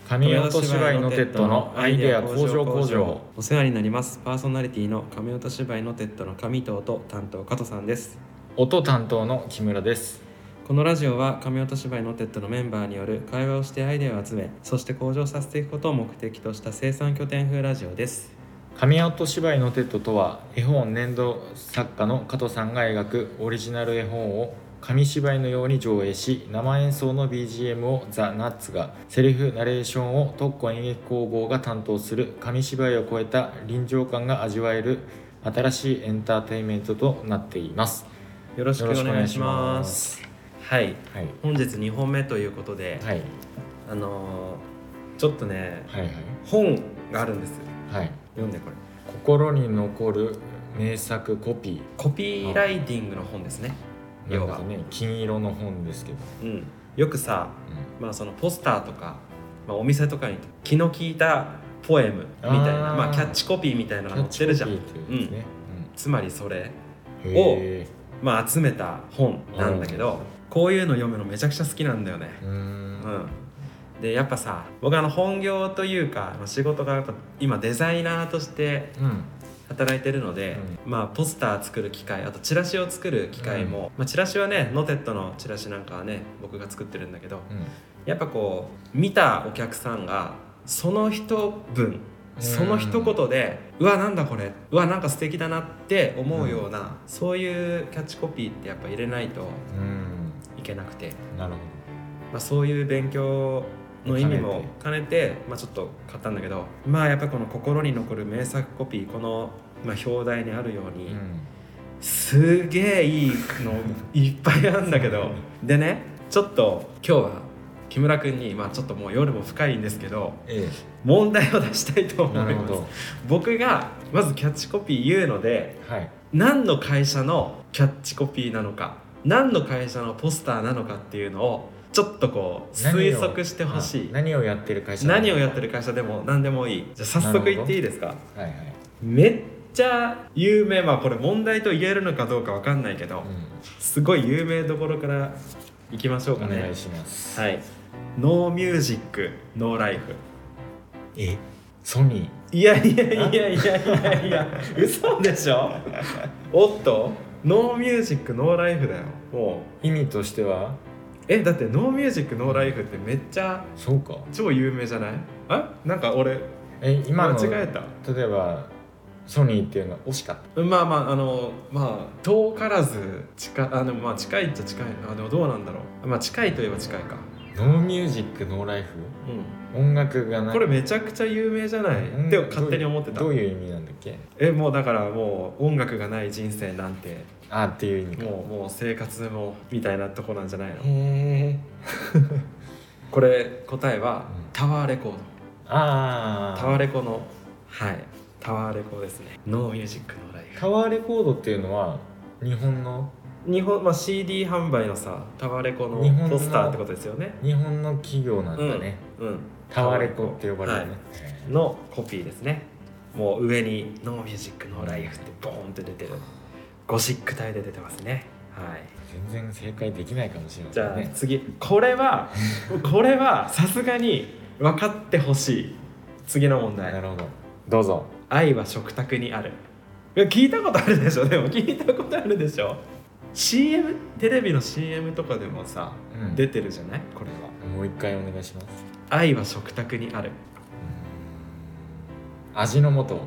神音芝居のテッドのアイデア工場工場。 お世話になります。パーソナリティの神音芝居のテッドの上藤と担当加藤さんです。 音担当の木村です。 このラジオは神音芝居のテッドのメンバーによる会話をしてアイデアを集め、そして向上させていくことを目的とした生産拠点風ラジオです。 神音芝居のテッドとは、絵本粘土作家の加藤さんが描くオリジナル絵本を紙芝居のように上映し、生演奏の BGM をザ・ナッツが、セリフナレーションを特攻演劇工房が担当する紙芝居を超えた臨場感が味わえる新しいエンターテインメントとなっています。 よろしくお願いします。はい、本日2本目ということで、ちょっとね、本があるんです。読んでこれ。 心に残る名作コピー。 コピーライティングの本ですね。 要はね、金色の本ですけど、 よくさ、そのポスターとか、お店とかに気の利いたポエムみたいな、キャッチコピーみたいなのが載ってるじゃん。つまりそれを、集めた本なんだけど、こういうの読むのめちゃくちゃ好きなんだよね。でやっぱさ、僕本業というか仕事がやっぱ今デザイナーとして働いてるので、ポスター作る機会、あとチラシを作る機会も、チラシはね、ノテットのチラシなんかはね、僕が作ってるんだけど、やっぱこう見たお客さんがその一文、その一言で、うわなんだこれ、うわなんか素敵だなって思うような、そういうキャッチコピーってやっぱ入れないといけなくて、 なるほど、そういう勉強の意味も兼ねて、ちょっと買ったんだけど、やっぱりこの心に残る名作コピー、この、表題にあるように、すげえいいのいっぱいあるんだけどでね、ちょっと今日は木村くんに、ちょっともう夜も深いんですけど、問題を出したいと思います。僕がまずキャッチコピー言うので、何の会社のキャッチコピーなのか、何の会社のポスターなのかっていうのをちょっとこう推測してほしい。 何をやってる会社でも何でもいい。じゃあ早速言っていいですか。めっちゃ有名、これ問題と言えるのかどうか分かんないけど、すごい有名どころからいきましょうかね。 お願いします。 ノーミュージックノーライフ。 ソニー。いや嘘でしょおっと、ノーミュージックノーライフだよ。もう意味としてはだってノーミュージックノーライフってめっちゃ超有名じゃない？なんか俺今の間違えた。 例えばソニーっていうのは惜しかった。 遠からず近い、でも近いっちゃ近いな。でもどうなんだろう。近いといえば近いか。 ノーミュージックノーライフ、音楽がない。 これめちゃくちゃ有名じゃないって勝手に思ってた。 どういう意味なんだっけ？ もうだからもう音楽がない人生なんてっていう意味か。 もう生活もみたいなとこなんじゃないの？これ答えは、タワーレコード。タワーレコのタワーレコですね。ノーミュージックノーライフ。 タワーレコードっていうのは日本、 CD 販売のさ、タワーレコのポスターってことですよね。 日本の企業なんだね。タワーレコって呼ばれるね、 のコピーですね。もう上にノーミュージックノーライフってボーンって出てる。ゴシック体で出てますね。 全然正解できないかもしれない、 じゃあ次、これはさすがに分かってほしい。次の問題。 なるほど、どうぞ。 愛は食卓にある。聞いたことあるでしょ。でも聞いたことあるでしょ。 CM、 テレビの CM とかでもさ、出てるじゃない。これはもう一回お願いします。 愛は食卓にある。 味の素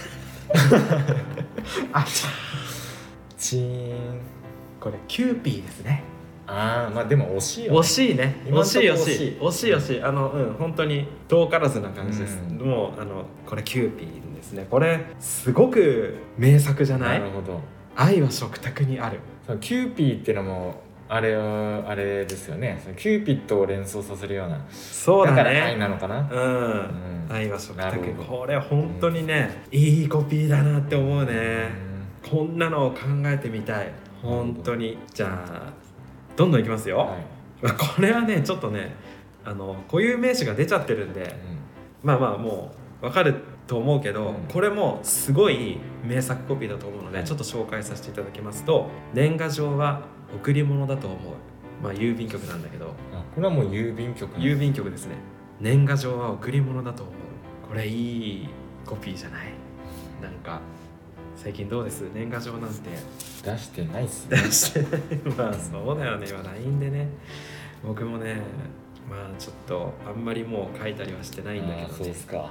これキューピーですね。 でも惜しいよね。 惜しいね。惜しい。本当に遠からずな感じです。もうこれキューピーですね。これすごく名作じゃない？ なるほど。 愛は食卓にある。 キューピーっていうのもあれですよね。キューピッドを連想させるような。 そうだね。 だから愛なのかな。 愛は食卓。これ本当にね、いいコピーだなって思うね。こんなのを考えてみたい。本当に。じゃあどんどんいきますよ。これはね、ちょっとね、固有名詞が出ちゃってるんで、もう分かると思うけど、これもすごい名作コピーだと思うので、ちょっと紹介させていただきますと、年賀状は贈り物だと思う。郵便局なんだけど。 これはもう郵便局。 郵便局ですね。 年賀状は贈り物だと思う。これいいコピーじゃない？なんか最近どうです？年賀状なんて出してないっすね。 出してないまあそうだよね。今 LINE でね、僕もね、まあちょっとあんまりもう書いたりはしてないんだけどね。 そうっすか。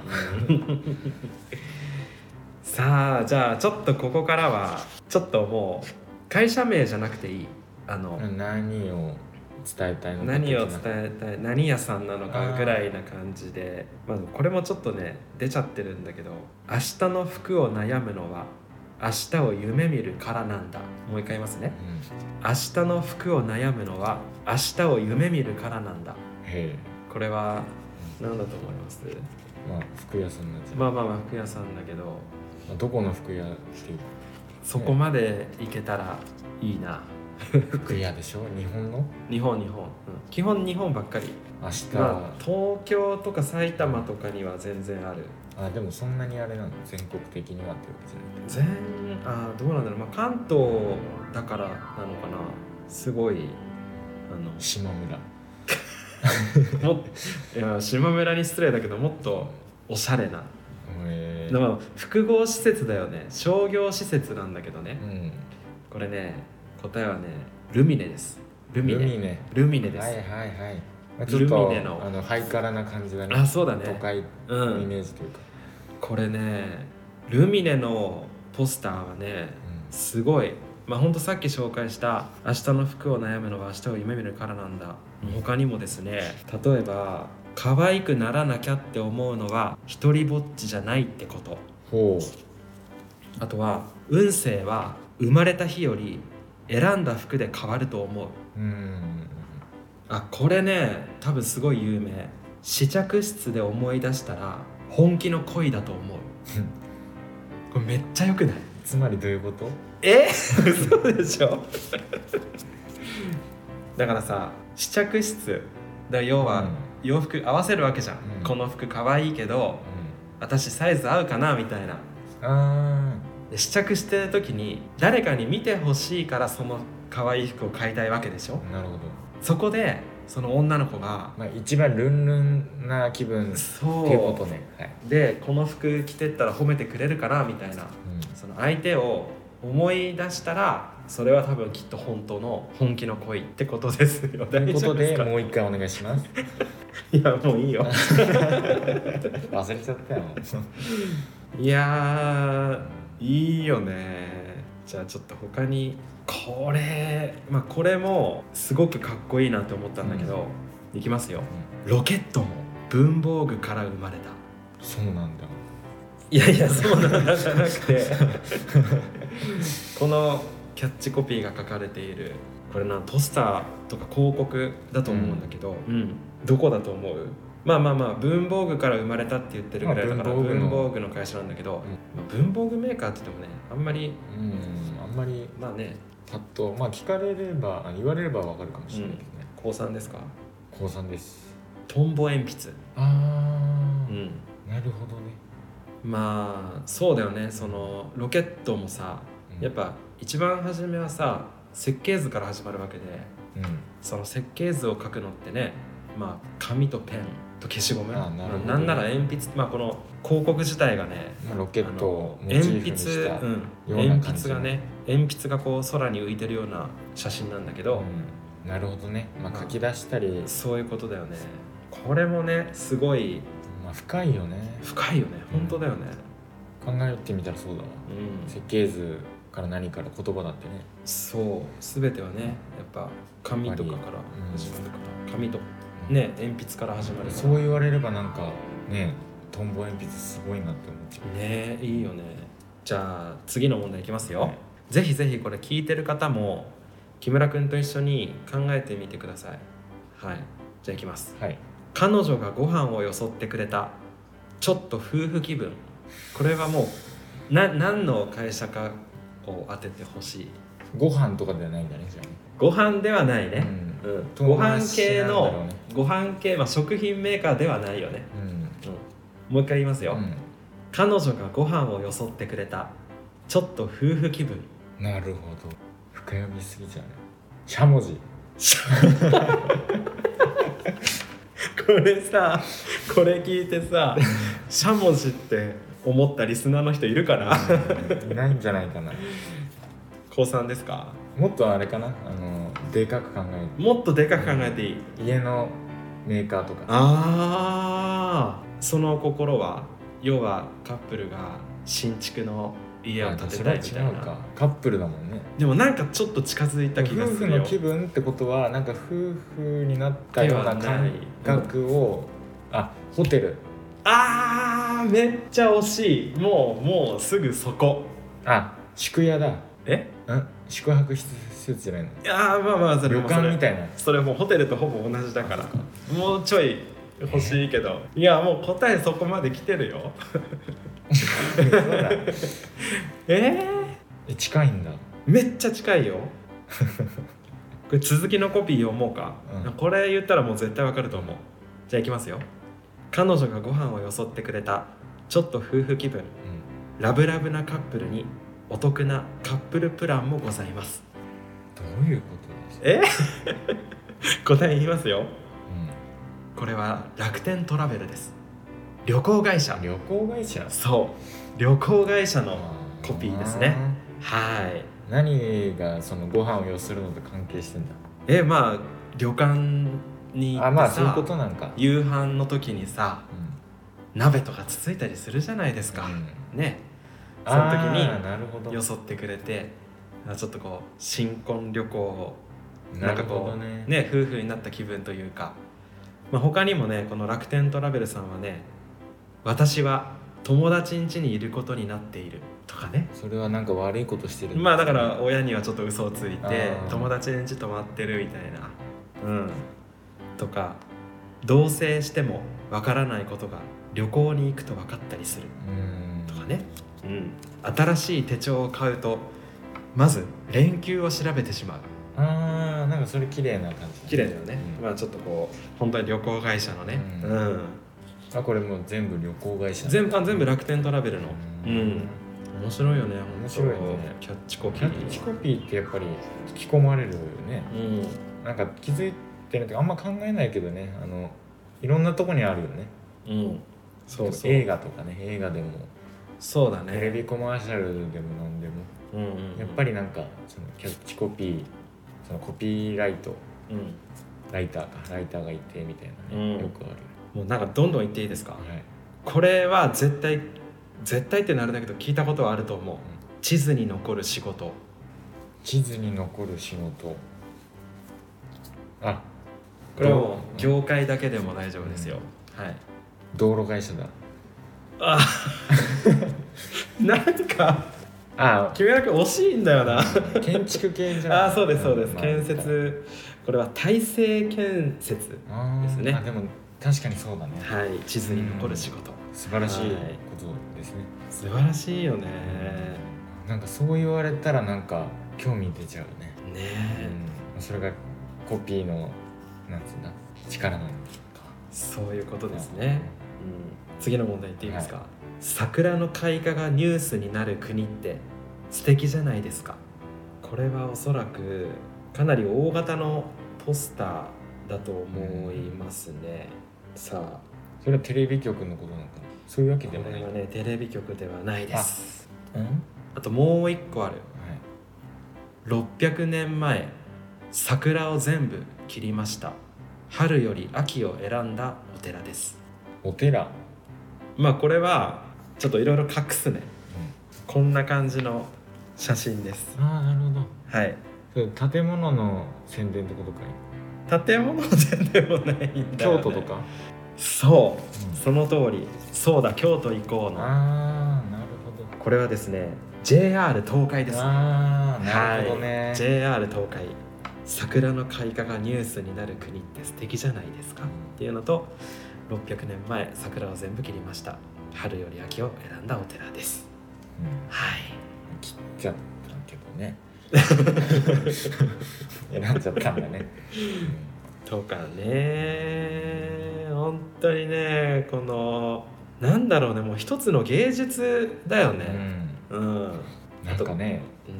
さあじゃあちょっとここからはちょっともう会社名じゃなくていい、 何を伝えたいのか、 何を伝えたい、何屋さんなのかぐらいな感じで、まあ、これもちょっとね出ちゃってるんだけど、明日の服を悩むのは明日を夢見るからなんだ。もう一回言いますね、明日の服を悩むのは明日を夢見るからなんだ。これは何だと思います？ まあ服屋さんなんじゃない？ まあ服屋さんだけど、 どこの服屋っていう、 そこまで行けたらいいな。 服屋でしょ？日本の？ 日本、基本日本ばっかり。 明日、 東京とか埼玉とかには全然ある。 でもそんなにあれなの？全国的にはってわけじゃない？ どうなんだろう、関東だからなのかな。すごい島村いや島村に失礼だけど、もっとおしゃれな、でも複合施設だよね。商業施設なんだけどね、これね、答えはねルミネです。ルミネです。 ちょっとハイカラな感じだね。 そうだね、 都会のイメージというか、 これねルミネのポスターはね、すごい、ほんとさっき紹介した明日の服を悩むのは明日を夢見るからなんだ。他にもですね、例えば可愛くならなきゃって思うのは一人ぼっちじゃないってこと。あとは運勢は生まれた日より選んだ服で変わると思う。これね多分すごい有名。試着室で思い出したら本気の恋だと思う。これめっちゃよくない？ つまりどういうこと？ 嘘でしょだからさ、試着室だ、要は洋服合わせるわけじゃん、この服かわいいけど、私サイズ合うかなみたいな。で試着してる時に誰かに見てほしいからその可愛い服を買いたいわけでしょ。 なるほど。 そこでその女の子が、 一番ルンルンな気分っていうことね、 でこの服着てったら褒めてくれるかなみたいな、その相手を思い出したら、それは多分きっと本当の本気の恋ってことですよ。 ということでもう一回お願いします。 いやもういいよ忘れちゃったよいやいいよね。じゃあちょっと他にこれもすごくかっこいいなって思ったんだけど、いきますよ、ロケットも文房具から生まれた。 そうなんだ。 いやそうなんだじゃなくてこのキャッチコピーが書かれているこれポスターとか広告だと思うんだけど、どこだと思う？文房具から生まれたって言ってるぐらいだから文房具の会社なんだけど、文房具メーカーって言ってもねあんまりパッと聞かれれば言われればわかるかもしれないけどね。 高3ですか？ 高3です。 トンボ鉛筆。 なるほどね。 そうだよね。そのロケットもさ、やっぱ一番初めはさ設計図から始まるわけで、その設計図を書くのってね、紙とペンと消しゴム、なんなら鉛筆、この広告自体がね、 ロケットをモチーフにしたような感じ、 鉛筆がこう空に浮いてるような写真なんだけど、 なるほどね。書き出したり、 そういうことだよね。これもねすごい、 深いよね。 本当だよね。 考えてみたらそうだわ。設計図から何から言葉だってね。そう全てはねやっぱ紙とかから始まるから、紙とね鉛筆から始まるから、 そう言われればなんかねトンボ鉛筆すごいなって思っちゃうね。いいよね。じゃあ次の問題いきますよ、ぜひぜひこれ聞いてる方も木村くんと一緒に考えてみてください。じゃあいきます、彼女がご飯をよそってくれた、ちょっと夫婦気分。これはもう何の会社かを当ててほしい。 ご飯とかではないんだね。じゃあね、 ご飯ではないね、ご飯系の、ご飯系、食品メーカーではないよね、もう一回言いますよ、彼女がご飯をよそってくれた、ちょっと夫婦気分。 なるほど。深読みすぎちゃうね。しゃもじこれさ、これ聞いてさしゃもじって思ったリスナーの人いるかな。 いないんじゃないかな。 高3ですか。 もっとあれかな、でかく考えもっとでかく考えていい。 て、家のメーカーとか。 ああ、その心は要はカップルが新築の家を建てたいみたいな。 それは違うか、カップルだもんね。 でもなんかちょっと近づいた気がするよ。 夫婦の気分ってことはなんか夫婦になったような感覚を、ホテル。 めっちゃ惜しい。もうすぐそこ。 宿屋だ。宿泊施設じゃないの。 いやまあそれ旅館みたいな。 それもうホテルとほぼ同じだから、もうちょい欲しいけど、いやもう答えそこまで来てるよ。 近いんだ。 めっちゃ近いよ。これ続きのコピー読もうか、これ言ったらもう絶対わかると思う。じゃあいきますよ。彼女がご飯をよそってくれたちょっと夫婦気分、ラブラブなカップルにお得なカップルプランもございます。 どういうことですか。答え言いますよ、これは楽天トラベルです。旅行会社。そう旅行会社のコピーですね。はい。 何がそのご飯をよするのと関係してんだ。 まあ旅館に行ってさ、 そういうことなんか。 夕飯の時にさ、鍋とかつついたりするじゃないですか、ね。その時によそってくれて、ちょっとこう新婚旅行をなんかこうね、夫婦になった気分というか、他にもね、この楽天トラベルさんはね、私は友達ん家にいることになっているとかね。 それはなんか悪いことしてるんですね。だから親にはちょっと嘘をついて友達ん家泊まってるみたいな、とか、同棲してもわからないことが旅行に行くと分かったりするとかね。新しい手帳を買うとまず連休を調べてしまう。 なんかそれ綺麗な感じ。 綺麗だよね。ちょっとこう本当に旅行会社のね、 これもう全部旅行会社。 全部楽天トラベルの。面白いよね。 面白いね。 キャッチコピーってやっぱり引き込まれるよね。なんか気づいてるけどあんま考えないけどね、いろんなとこにあるよね。そう映画とかね、映画でもそうだね、 テレビコマーシャルでも何でも、やっぱりなんかそのキャッチコピー、そのコピーライト、ライターがいてみたいなね、よくある。 もうなんかどんどん言っていいですか。これは絶対ってなるんだけど聞いたことはあると思う。地図に残る仕事。 地図に残る仕事。 これはもう業界だけでも大丈夫ですよ。 道路会社だ。 なんか君は惜しいんだよな。 建築系じゃん。 そうです建設。これは大成建設ですね。 でも確かにそうだね。 地図に残る仕事。 素晴らしいことですね。 素晴らしいよね。 なんかそう言われたらなんか興味出ちゃうね。それがコピーのなんつうんだ、力なのか。 そういうことですね。次の問題言っていいですか。桜の開花がニュースになる国って素敵じゃないですか。これはおそらくかなり大型のポスターだと思いますね。さあ、 それはテレビ局のことなのかな。そういうわけでもない。 これはね、テレビ局ではないです。あともう一個ある。600年前桜を全部切りました。春より秋を選んだお寺です。 お寺。 これはちょっといろいろ隠すね、こんな感じの写真です。 なるほど。それ建物の宣伝ってことかい。 建物の宣伝もないんだよね。 京都とか。 そう、その通り。そうだ、京都行こうの。 なるほど。 これはですね JR 東海ですね。 なるほどね。 JR 東海。桜の開花がニュースになる国って素敵じゃないですかっていうのと、600年前桜を全部切りました。春より秋を選んだお寺です。 切っちゃったけどね。選んじゃったんだね。 とかね、本当にね、このなんだろうね、もう一つの芸術だよね。 なんかね、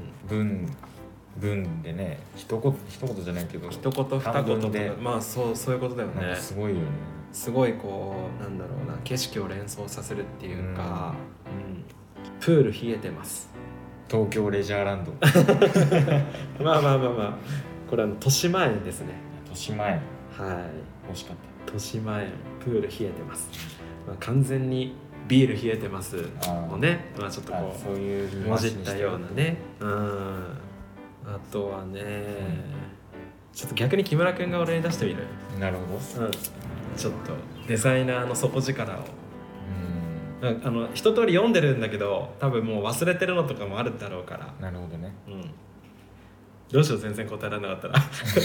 文でね、一言じゃないけど一言二言で、そういうことだよね。 すごいよね。 すごいこうなんだろうな、景色を連想させるっていうか、プール冷えてます。 東京レジャーランドまあまあまあまあ、これ豊島園ですね。 豊島園、 はい、 惜しかった。 豊島園プール冷えてます。まあ、完全にビール冷えてますをね、まあちょっとこうそういうもじったようなね。あとはね、ちょっと逆に木村君が俺に出してみる。 なるほど。 ちょっとデザイナーの底力を。一通り読んでるんだけど、多分もう忘れてるのとかもあるだろうから。 なるほどね。 どうしよう、全然答えられなかったら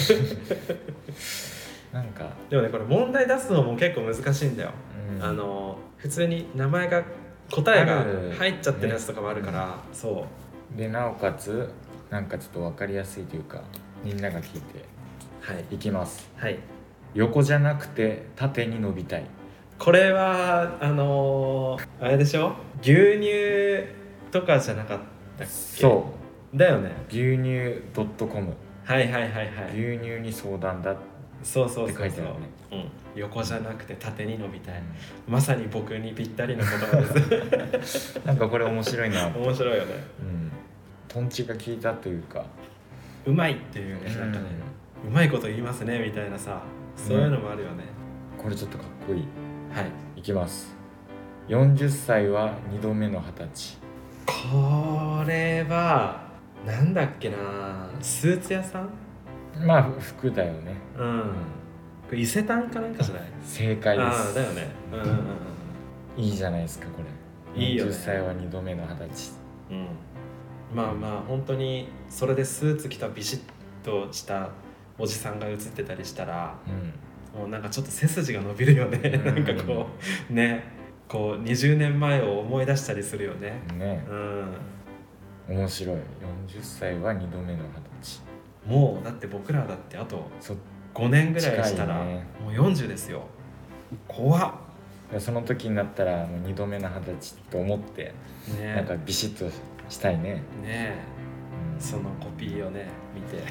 なんかでもね、これ問題出すのも結構難しいんだよ。普通に名前が答えが入っちゃってるやつとかもあるから、そうでなおかつなんかちょっと分かりやすいというか、みんなが聞いていきます。 はい、 横じゃなくて縦に伸びたい。 これはあれでしょ、牛乳とかじゃなかったっけ。そうだよね。 牛乳 .com。 はいはいはいはい。 牛乳に相談だって書いてあるね。横じゃなくて縦に伸びたい、まさに僕にぴったりの言葉ですなんかこれ面白いな。 面白いよね。 トンチが効いたというか、 うまいっていうね、なんかね、うまいこと言いますねみたいなさ、そういうのもあるよね。 これちょっとかっこいい。 はい、 いきます。40歳は2度目の20歳。 これはなんだっけな、スーツ屋さん。 まあ服だよね。 これ伊勢丹かなんかじゃない？ 正解です。 だよね。 いいじゃないですかこれ。 いいよね。 40歳は2度目の20歳。 まあまあ本当にそれでスーツ着たビシッとしたおじさんが写ってたりしたら、もうなんかちょっと背筋が伸びるよね。なんかこうね、こう20年前を思い出したりするよね。面白い。 40歳は2度目の20歳。 もうだって僕らだってあと5年ぐらいしたらもう40ですよ。怖っ。 その時になったらもう2度目の20歳と思ってなんかビシッとしたいね。そのコピーをね見て、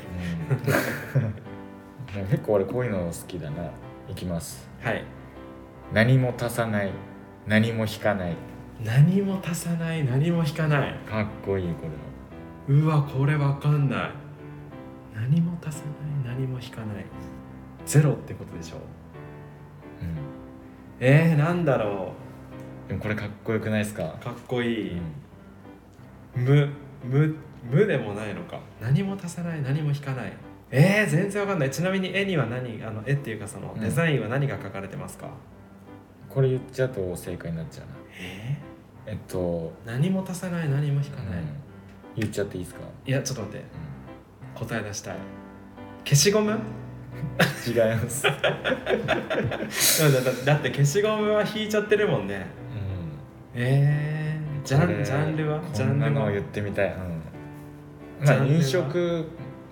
結構俺こういうの好きだな。いきます。 はい。 何も足さない、何も引かない。 何も足さない、何も引かない。 かっこいい。これはうわ、これわかんない。何も足さない、何も引かない。ゼロってことでしょ。なんだろう。でもこれかっこよくないですか。 かっこいい。無でもないのか。何も足さない、何も引かない。全然わかんない。ちなみに絵には絵っていうかそのデザインは何が描かれてますか。 これ言っちゃうと正解になっちゃうな。 何も足さない、何も引かない。 言っちゃっていいですか。 いやちょっと待って、答え出したい。消しゴム。 違いますだって消しゴムは引いちゃってるもんね。ジャンルはこんなのを言ってみたい。飲食。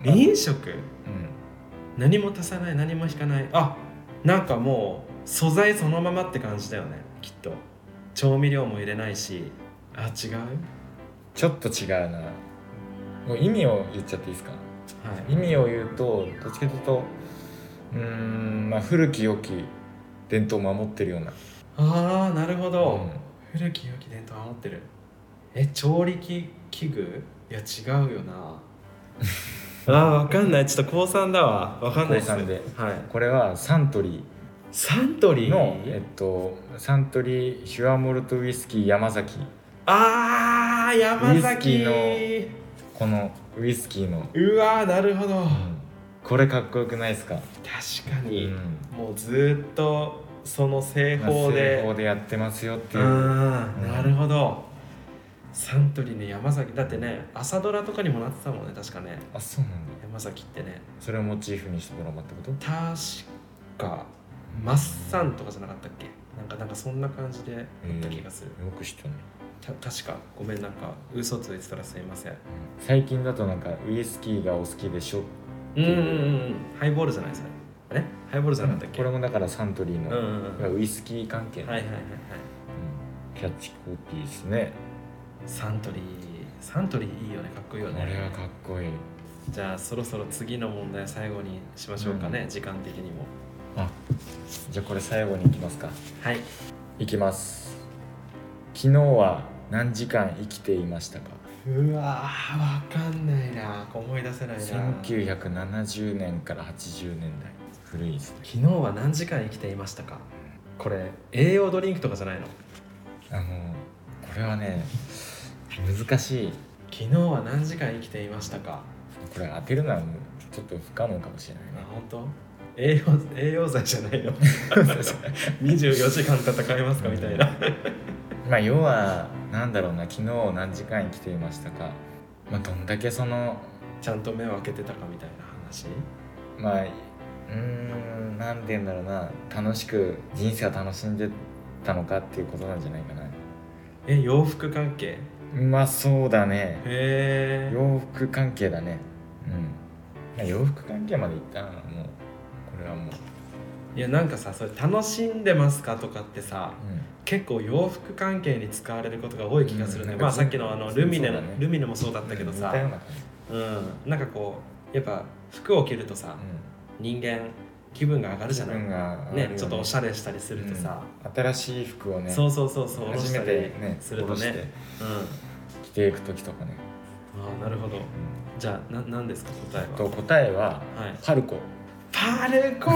何も足さない、何も引かない。なんかもう素材そのままって感じだよね、きっと。調味料も入れないし。違う。 ちょっと違うな。もう意味を言っちゃっていいですか。意味を言うとどっちかというと古き良き伝統を守ってるような。 なるほど。古き良き伝統を守ってる。調理器具。いや違うよな。わかんない。ちょっと高3だわ。わかんないです。 これはサントリーのサントリーピュアモルトウイスキー山崎。山崎のこのウイスキーの。なるほど。これかっこよくないですか。 確かに、もうずっとその製法でやってますよっていう。 なるほど。サントリーの山崎だってね、朝ドラとかにもなってたもんね、確かね。 そうなんだ。 山崎ってね。 それをモチーフにしたドラマってこと。 確かマッサンとかじゃなかったっけ。なんかそんな感じであった気がする。 よく知ったね。 確か。ごめん、なんか嘘ついてたらすいません。 最近だとなんかウイスキーがお好きでしょ。 ハイボールじゃないですか。ハイボールじゃなかったっけ。 これもだからサントリーのウイスキー関係のキャッチコピーですね。サントリーいいよね。かっこいいよね。これはかっこいい。 じゃあそろそろ次の問題最後にしましょうかね。時間的にも。 あ、じゃあこれ最後に行きますか。 はい。 いきます。昨日は何時間生きていましたか？ うわー、わかんないな、思い出せないな。 1970年から80年代、古いですね。 昨日は何時間生きていましたか。これ栄養ドリンクとかじゃないの？ これはね難しい。 昨日は何時間生きていましたか。 これ当てるのはちょっと不可能かもしれないね。 本当？栄養剤じゃないの24時間戦いますかみたいなまあ要はなんだろうな、昨日何時間生きていましたか、まあどんだけそのちゃんと目を開けてたかみたいな話。 まあなんて言うんだろうな、楽しく人生を楽しんでたのかっていうことなんじゃないかな。 洋服関係？ まあそうだね。 へえ。 洋服関係だね。まあ、洋服関係までいったらもうこれはもういやなんかさ、それ楽しんでますかとかってさ、結構洋服関係に使われることが多い気がするね。まあさっきのルミネの、ルミネもそうだったけどさ、なんかこうやっぱ服を着るとさ、人間気分が上がるじゃない。ね、ちょっとおしゃれしたりするとさ、 新しい服をね、 そう初めてねするとね、 着ていく時とかね。 ああ、なるほど。じゃあ何ですか答えは？ 答えはパルコ。 パルコ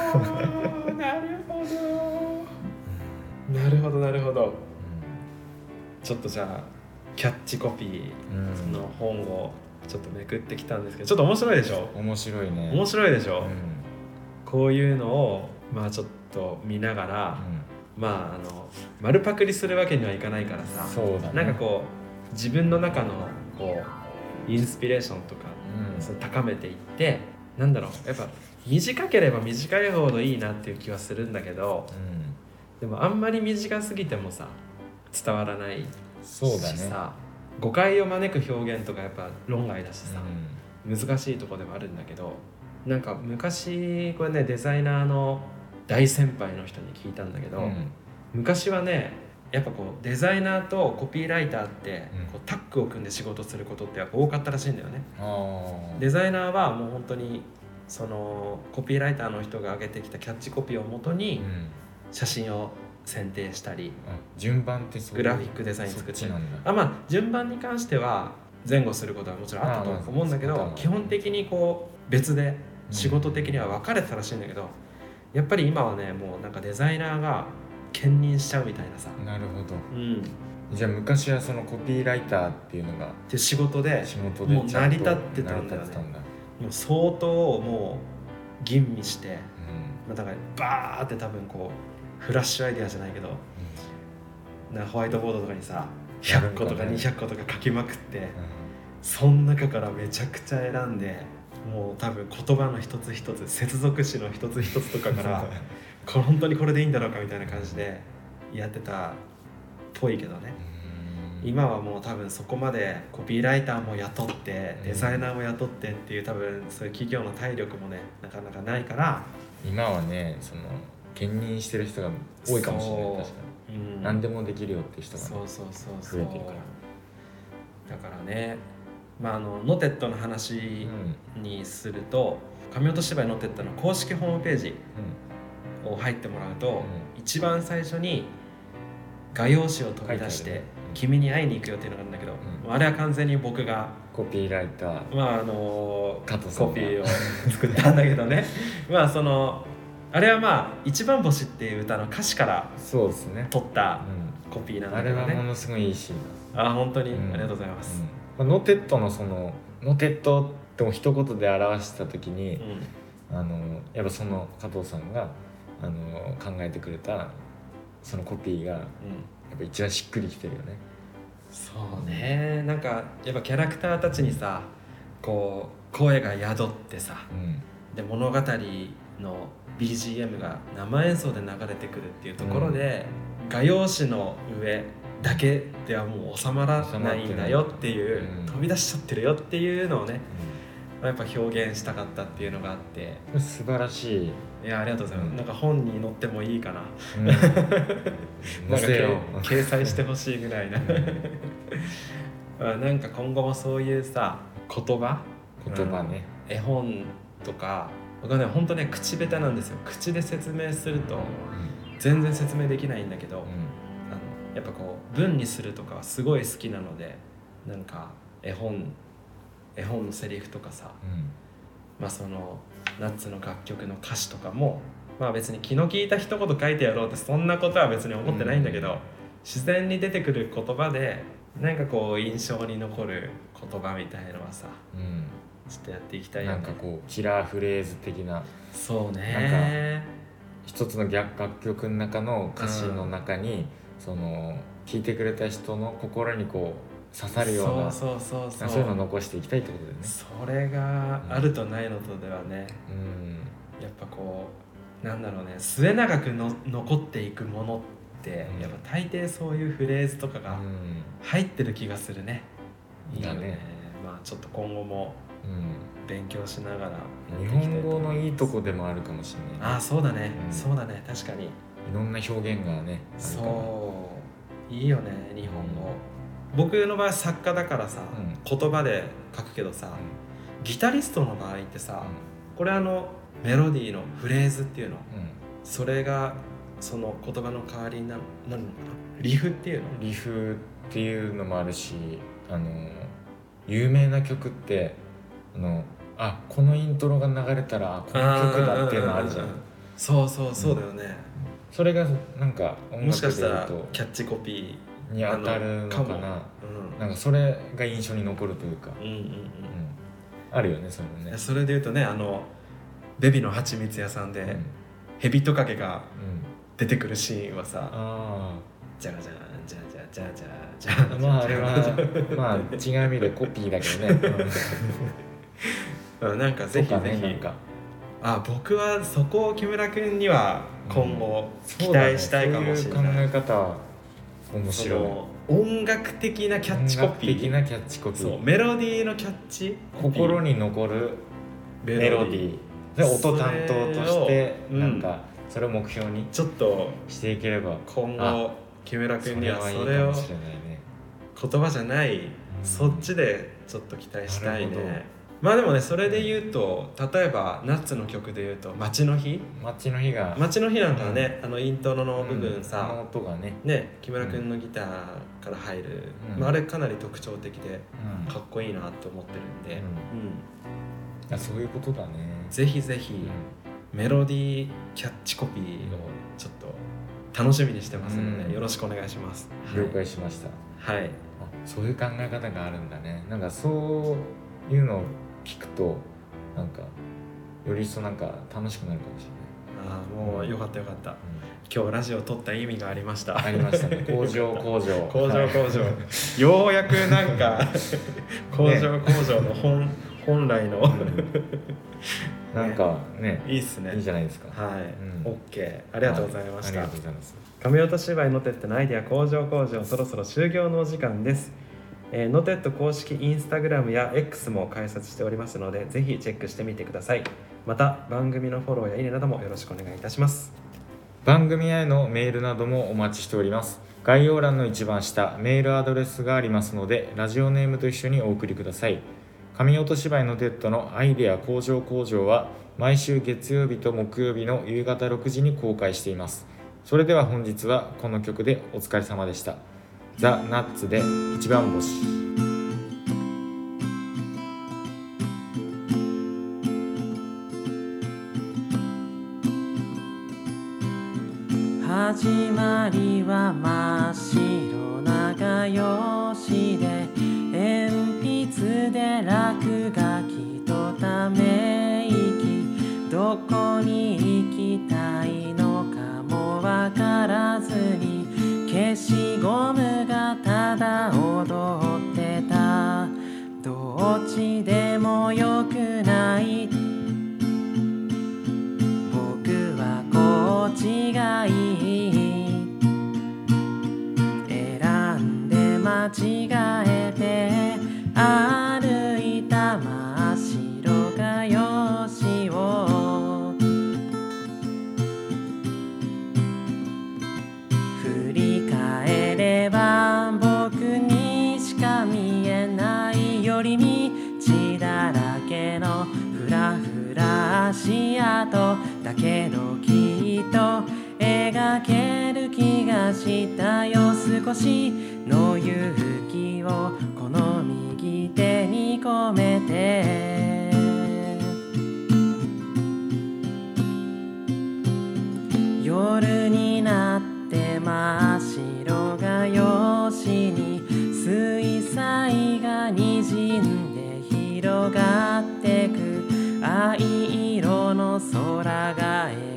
なるほどなるほど。ちょっとじゃあキャッチコピーの本をちょっとめくってきたんですけど、ちょっと面白いでしょ？ 面白いね。 面白いでしょ？こういうのをまあちょっと見ながら、まあ丸パクリするわけにはいかないからさ、 そうだね、 なんかこう自分の中のこうインスピレーションとか、それ高めていって、なんだろう、やっぱ短ければ短いほどいいなっていう気はするんだけど、でもあんまり短すぎてもさ伝わらないしさ、 そうだね、 誤解を招く表現とかやっぱ論外だしさ、難しいとこではあるんだけど、なんか昔これねデザイナーの大先輩の人に聞いたんだけど、昔はねやっぱこうデザイナーとコピーライターってこうタッグを組んで仕事することってやっぱ多かったらしいんだよね。デザイナーはもう本当にそのコピーライターの人が上げてきたキャッチコピーをもとに写真を選定したり、 順番ってそういうグラフィックデザイン作ってまあ順番に関しては前後することはもちろんあったと思うんだけど、基本的にこう別で仕事的には分かれてたらしいんだけど、やっぱり今はねもうなんかデザイナーが兼任しちゃうみたいなさ。 なるほど。じゃあ昔はそのコピーライターっていうのがで仕事でもう成り立ってたんだよね。もう相当もう吟味して、だからバーって多分こうフラッシュアイデアじゃないけど、ホワイトボードとかにさ100個とか200個とか書きまくって、その中からめちゃくちゃ選んで、もう多分言葉の一つ一つ、接続詞の一つ一つとかから本当にこれでいいんだろうかみたいな感じでやってたっぽいけどね。今はもう多分そこまでコピーライターも雇ってデザイナーも雇ってっていう多分そういう企業の体力もねなかなかないから、 今はねその兼任してる人が多いかもしれない。確かに、何でもできるよっていう人が、ね、増えてるから。 だからね、まあノテットの話にすると、神音芝居ノテットの公式ホームページを入ってもらうと、一番最初に画用紙を飛び出して君に会いに行くよっていうのがあるんだけど、あれは完全に僕がコピーライター、 コピーを作ったんだけどねまああれはまあ一番星っていう歌の歌詞から取ったコピーなんだけどね。 あれはものすごいいいシーン。 本当に、ありがとうございます。 ノテットのノテットっても一言で表した時に、やっぱその加藤さんが考えてくれたそのコピーがやっぱ一番しっくりきてるよね。 そうね、なんかやっぱキャラクターたちにさこう声が宿ってさ、で物語の BGM が生演奏で流れてくるっていうところで、画用紙の上だけではもう収まらないんだよっていう、飛び出しちゃってるよっていうのをね、やっぱ表現したかったっていうのがあって、 素晴らしい。 いやありがとうございます。なんか本に載ってもいいかな、なんか掲載してほしいぐらいななんか今後もそういうさ言葉ね、 絵本とか僕はね本当ね口下手なんですよ。口で説明すると全然説明できないんだけど、やっぱこう文にするとかはすごい好きなので、なんか絵本のセリフとかさ、まあそのナッツの楽曲の歌詞とかも、まあ別に気の利いた一言書いてやろうってそんなことは別に思ってないんだけど、自然に出てくる言葉でなんかこう印象に残る言葉みたいのはさ、ちょっとやっていきたいよね。 なんかこうキラーフレーズ的な、 そうね、 なんか一つの楽曲の中の歌詞の中に、その聴いてくれた人の心にこう刺さるような、そういうのを残していきたいってことだよね。 それがあるとないのとではね、やっぱこうなんだろうね、末永くの残っていくものってやっぱ大抵そういうフレーズとかが入ってる気がするね。いいよね。まあちょっと今後も勉強しながら日本語のいいとこでもあるかもしれない、 ああそうだね、そうだね、確かにいろんな表現がねそういいよね日本語、僕の場合作家だからさ、言葉で書くけどさ、ギタリストの場合ってさ、これメロディーのフレーズっていうの、それがその言葉の代わりになるのかな、リフっていうの、 リフっていうのもあるし、有名な曲ってこのイントロが流れたらこの曲だっていうのあるじゃん。そうだよね、 それがなんか音楽で言うともしかしたらキャッチコピーに当たるのかな、なんかそれが印象に残るというか、あるよね、それもね。 それで言うとね、ベビの蜂蜜屋さんで、ヘビトカゲが出てくるシーンはさ、じゃがじゃんじゃじゃじゃじゃじゃ、 まああれはまあ違う意味でコピーだけどね。 なんかぜひぜひ、僕はそこを木村君には今後期待したいかもしれない。 そういう考え方は面白い。 音楽的なキャッチコピー、そうメロディーのキャッチコピー、 心に残るメロディーで音担当としてなんかそれを目標にちょっとしていければ、 今後木村君にはそれを言葉じゃないそっちでちょっと期待したいね。まあでもね、それで言うと例えばナッツの曲で言うと街の日なんかはね、イントロの部分さ、 あの音がね木村君のギターから入る、あれかなり特徴的でかっこいいなと思ってるんで、 そういうことだね。 ぜひぜひメロディーキャッチコピーをちょっと楽しみにしてますので、よろしくお願いします。 了解しました。 はい。 そういう考え方があるんだね。なんかそういうのを聞くとなんかより一層なんか楽しくなるかもしれない。 もうよかった、今日ラジオ撮った意味がありました。 ありましたね。工場ようやくなんか工場の本来のなんかね、 いいっすね。 いいじゃないですか。 はい、OK、ありがとうございました。 ありがとうございます。 亀音芝居のてってのアイデア工場そろそろ終了のお時間です。ノテット公式インスタグラムや X も開設しておりますので、ぜひチェックしてみてください。また番組のフォローやいいねなどもよろしくお願いいたします。 番組へのメールなどもお待ちしております。概要欄の一番下、メールアドレスがありますので、ラジオネームと一緒にお送りください。神音芝居のテッドのアイデア工場は毎週月曜日と木曜日の夕方6時に公開しています。それでは本日はこの曲でお疲れ様でした。ザ・ナッツで一番星。 始まりは真っ白な画用紙で、鉛筆で落書きとため息、どこに行きたいのかもわからずに、消しゴムがただ踊ってた。どっちでもよくない、僕はこっちがいい、選んで間違えて歩いた真っ白画用紙を、振り返れば僕にしか見えない寄り道だらけのふらふら足だとだけどきっと描ける気がしたよ。少しの勇気をこの右手に込めて、夜になって真っ白がよしに水彩がにじんで広がってく、藍色の空が